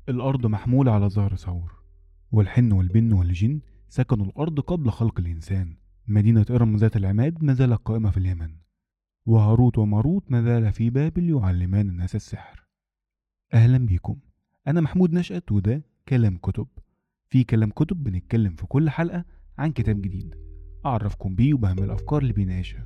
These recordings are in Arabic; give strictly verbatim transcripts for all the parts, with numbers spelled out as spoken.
الأرض محمولة على ظهر ثور، والحن والبن والجن سكنوا الأرض قبل خلق الإنسان. مدينة إرم ذات العماد ما زالت قائمة في اليمن، وهاروت وماروت ما زال في بابل يعلمان الناس السحر. أهلا بيكم، أنا محمود نشأت وده كلام كتب. في كلام كتب بنتكلم في كل حلقة عن كتاب جديد أعرفكم بيه وبهم الأفكار اللي بيناقشها.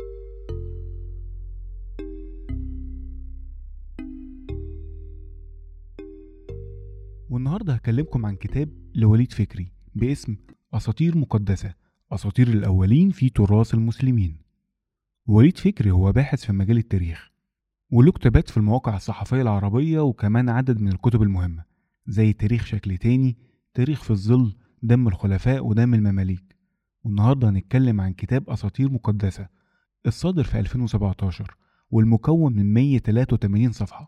والنهاردة هكلمكم عن كتاب لوليد فكري باسم أساطير مقدسة، أساطير الأولين في تراث المسلمين. وليد فكري هو باحث في مجال التاريخ، وله كتابات في المواقع الصحفية العربية، وكمان عدد من الكتب المهمة زي تاريخ شكل تاني، تاريخ في الظل، دم الخلفاء ودم المماليك. والنهاردة هنتكلم عن كتاب أساطير مقدسة الصادر في ألفين وسبعتاشر والمكون من مية وتلاتة وتمانين صفحة.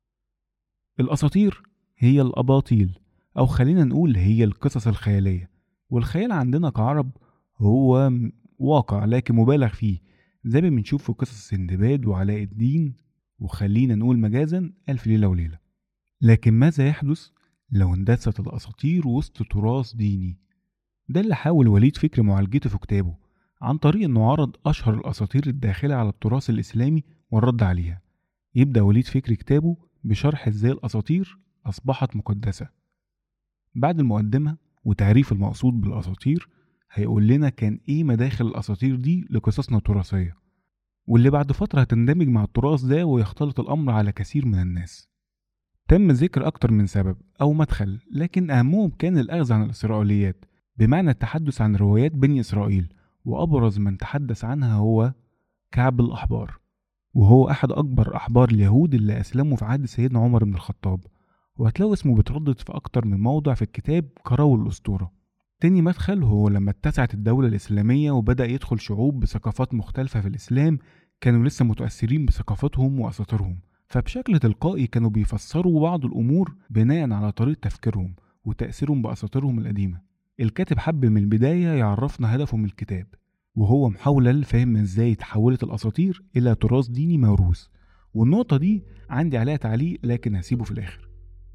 الأساطير هي الأباطيل، أو خلينا نقول هي القصص الخيالية، والخيال عندنا كعرب هو م- واقع لكن مبالغ فيه، زي ما بنشوف في قصص سندباد وعلاء الدين، وخلينا نقول مجازا ألف ليلة وليلة. لكن ماذا يحدث لو اندست الأساطير وسط تراث ديني؟ ده اللي حاول وليد فكري معالجته في كتابه، عن طريق انه عرض اشهر الاساطير الداخلة على التراث الاسلامي والرد عليها. يبدأ وليد فكري كتابه بشرح ازاي الاساطير اصبحت مقدسة. بعد المقدمة وتعريف المقصود بالاساطير، هيقول لنا كان ايه مداخل الاساطير دي لقصصنا التراثية، واللي بعد فترة هتندمج مع التراث ده ويختلط الامر على كثير من الناس. تم ذكر أكتر من سبب أو مدخل، لكن أهمهم كان الأخذ عن الإسرائيليات، بمعنى التحدث عن روايات بني إسرائيل، وأبرز من تحدث عنها هو كعب الأحبار، وهو أحد أكبر أحبار اليهود اللي أسلموا في عهد سيدنا عمر بن الخطاب، وهتلاقوا اسمه بيتردد في أكتر من موضع في الكتاب كراوي الأسطورة. تاني مدخل هو لما اتسعت الدولة الإسلامية وبدأ يدخل شعوب بثقافات مختلفة في الإسلام كانوا لسه متأثرين بثقافتهم وأساطيرهم، فبشكل تلقائي كانوا بيفسروا بعض الأمور بناء على طريقة تفكيرهم وتأثيرهم بأساطيرهم القديمة. الكاتب حب من البداية يعرفنا هدفه من الكتاب، وهو محاولة لفهم ازاي تحولت الأساطير إلى تراث ديني موروث. والنقطة دي عندي عليها تعليق لكن هسيبه في الآخر.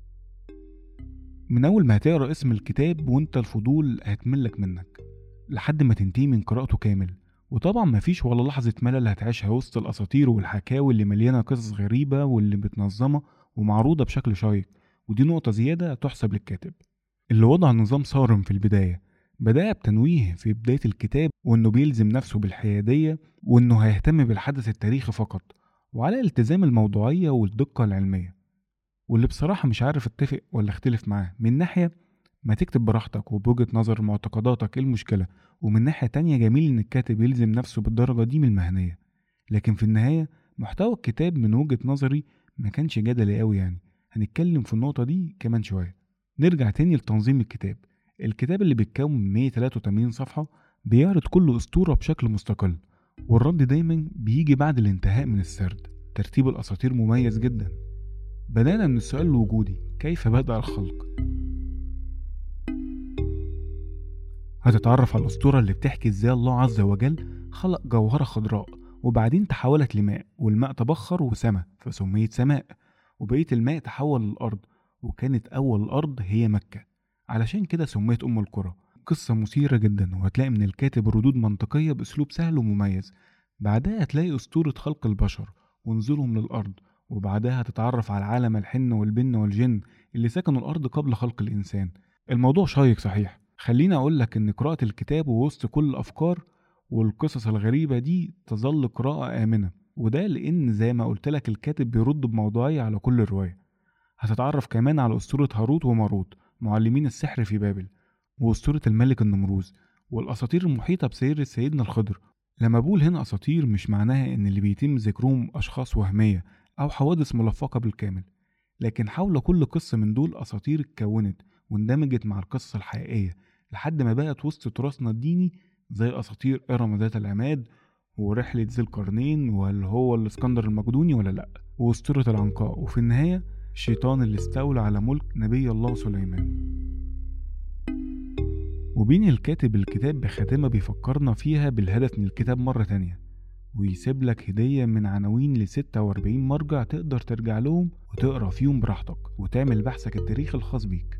من أول ما هتقرأ اسم الكتاب وانت الفضول هتملك منك لحد ما تنتهي من قراءته كامل. وطبعا مفيش ولا لحظة ملل هتعيشها وسط الأساطير والحكاوي اللي مليانة قصص غريبة واللي متنظمة ومعروضة بشكل شيق، ودي نقطة زيادة تحسب للكاتب اللي وضع نظام صارم في البداية. بدأ بتنويه في بداية الكتاب وإنه بيلزم نفسه بالحيادية، وإنه هيهتم بالحدث التاريخي فقط، وعلى التزام الموضوعية والدقة العلمية. واللي بصراحة مش عارف اتفق ولا اختلف معاه. من ناحية ما تكتب براحتك وبوجهة نظر معتقداتك، ايه المشكلة؟ ومن ناحية تانية جميل ان الكاتب يلزم نفسه بالدرجة دي من المهنية. لكن في النهاية محتوى الكتاب من وجهة نظري ما كانش جدلي قوي يعني، هنتكلم في النقطة دي كمان شوية. نرجع تاني لتنظيم الكتاب. الكتاب اللي بيتكون من مية وتلاتة وتمانين صفحة بيعرض كل أسطورة بشكل مستقل، والرد دايما بيجي بعد الانتهاء من السرد. ترتيب الأساطير مميز جدا. بدأنا من السؤال الوجودي، كيف بدأ الخلق؟ هتتعرف على الأسطورة اللي بتحكي ازاي الله عز وجل خلق جوهرة خضراء، وبعدين تحولت لماء، والماء تبخر وسما فسميت سماء، وبقية الماء تحول للأرض، وكانت أول الأرض هي مكة، علشان كده سميت أم القرى. قصة مثيرة جدا، وهتلاقي من الكاتب ردود منطقية بأسلوب سهل ومميز. بعدها هتلاقي أسطورة خلق البشر ونزولهم للأرض، وبعدها هتتعرف على عالم الحن والبن والجن اللي سكنوا الأرض قبل خلق الإنسان. الموضوع شيق صحيح. خليني أقول لك إن قراءة الكتاب ووسط كل الأفكار والقصص الغريبة دي تظل قراءة آمنة، وده لأن زي ما قلت لك الكاتب بيرد بموضوعية على كل رواية. هتتعرف كمان على أسطورة هاروت وماروت معلمين السحر في بابل، وأسطورة الملك النمروز، والأساطير المحيطة بسيرة سيدنا الخضر. لما بقول هنا أساطير مش معناها إن اللي بيتم ذكرهم أشخاص وهمية أو حوادث ملفقة بالكامل، لكن حول كل قصة من دول أساطير اتكونت واندمجت مع القصص الحقيقية لحد ما بقت وسط تراثنا الديني، زي أساطير إرم ذات العماد، ورحلة ذي القرنين، وهل هو الإسكندر المقدوني ولا لأ، وأسطورة العنقاء، وفي النهاية الشيطان اللي استولى على ملك نبي الله سليمان. وبين الكاتب الكتاب بخاتمة بيفكرنا فيها بالهدف من الكتاب مرة تانية، ويسيب لك هدية من عناوين لستة وأربعين مرجع تقدر ترجع لهم وتقرأ فيهم براحتك وتعمل بحثك التاريخي الخاص بيك.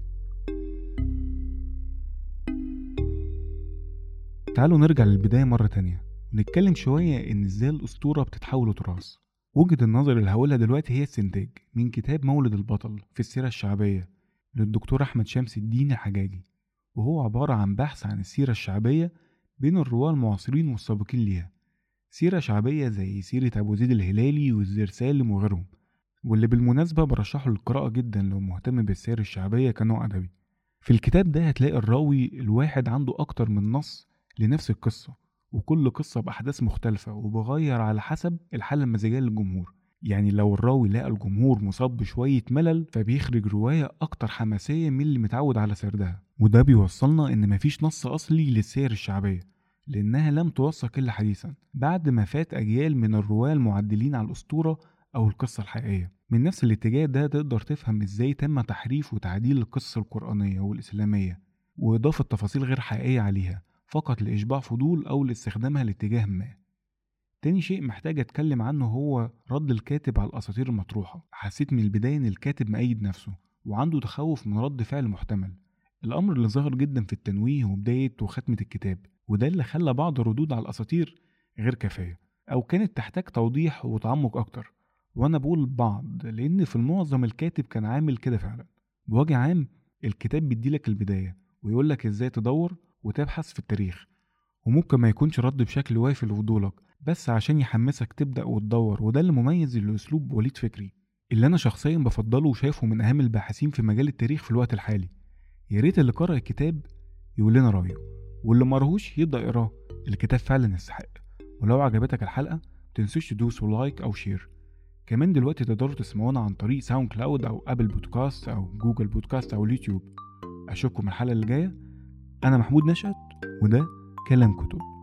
تعالوا نرجع للبداية مرة تانية ونتكلم شوية إن إزاي الأسطورة بتتحول لتراث. وجهة النظر اللي هقولها دلوقتي هي استنتاج من كتاب مولد البطل في السيرة الشعبية للدكتور أحمد شمس الدين الحجاجي، وهو عبارة عن بحث عن السيرة الشعبية بين الرواة المعاصرين والسابقين ليها. سيرة شعبية زي سيرة أبو زيد الهلالي والزير سالم وغيرهم، واللي بالمناسبة برشحه للقراءة جدا لو مهتم بالسيرة الشعبية كنوع أدبي. في الكتاب ده هتلاقي الراوي الواحد عنده أكتر من نص لنفس القصة، وكل قصة بأحداث مختلفة وبغير على حسب الحالة المزاجية للجمهور. يعني لو الراوي لقى الجمهور مصاب بشوية ملل فبيخرج رواية أكتر حماسية من اللي متعود على سردها. وده بيوصلنا إن مفيش نص أصلي للسير الشعبية، لأنها لم توثق إلا حديثا بعد ما فات أجيال من الرواة المعدلين على الأسطورة أو القصة الحقيقية. من نفس الاتجاه ده تقدر تفهم إزاي تم تحريف وتعديل القصة القرآنية والإسلامية وإضافة تفاصيل غير حقيقية عليها فقط لإشباع فضول أو لاستخدامها لاتجاه ما. تاني شيء محتاج أتكلم عنه هو رد الكاتب على الأساطير المطروحة. حسيت من البداية إن الكاتب مأيد نفسه وعنده تخوف من رد فعل محتمل، الأمر اللي ظهر جدا في التنويه وبداية وختمة الكتاب، وده اللي خلى بعض الردود على الأساطير غير كفاية أو كانت تحتاج توضيح وتعمق أكتر. وأنا بقول بعض لأن في المعظم الكاتب كان عامل كده فعلا. بوجه عام الكتاب بيديلك البداية ويقولك إزاي تدور وتبحث في التاريخ، وممكن ما يكونش رد بشكل وافي لفضولك بس عشان يحمسك تبدأ وتدور. وده اللي مميز لأسلوب وليد فكري اللي أنا شخصيا بفضله وشايفه من أهم الباحثين في مجال التاريخ في الوقت الحالي. ياريت اللي قرأ الكتاب يقول لنا رأيه، واللي مرهوش يبدأ يقراه، الكتاب فعلا يستحق. ولو عجبتك الحلقة متنسوش تدوسوا لايك أو شير. كمان دلوقتي تقدروا تسمعونا عن طريق ساوند كلاود أو أبل بودكاست أو جوجل بودكاست أو اليوتيوب. أشوفكم الحلقة اللي جاية. أنا محمود نشأت وده كلام كتب.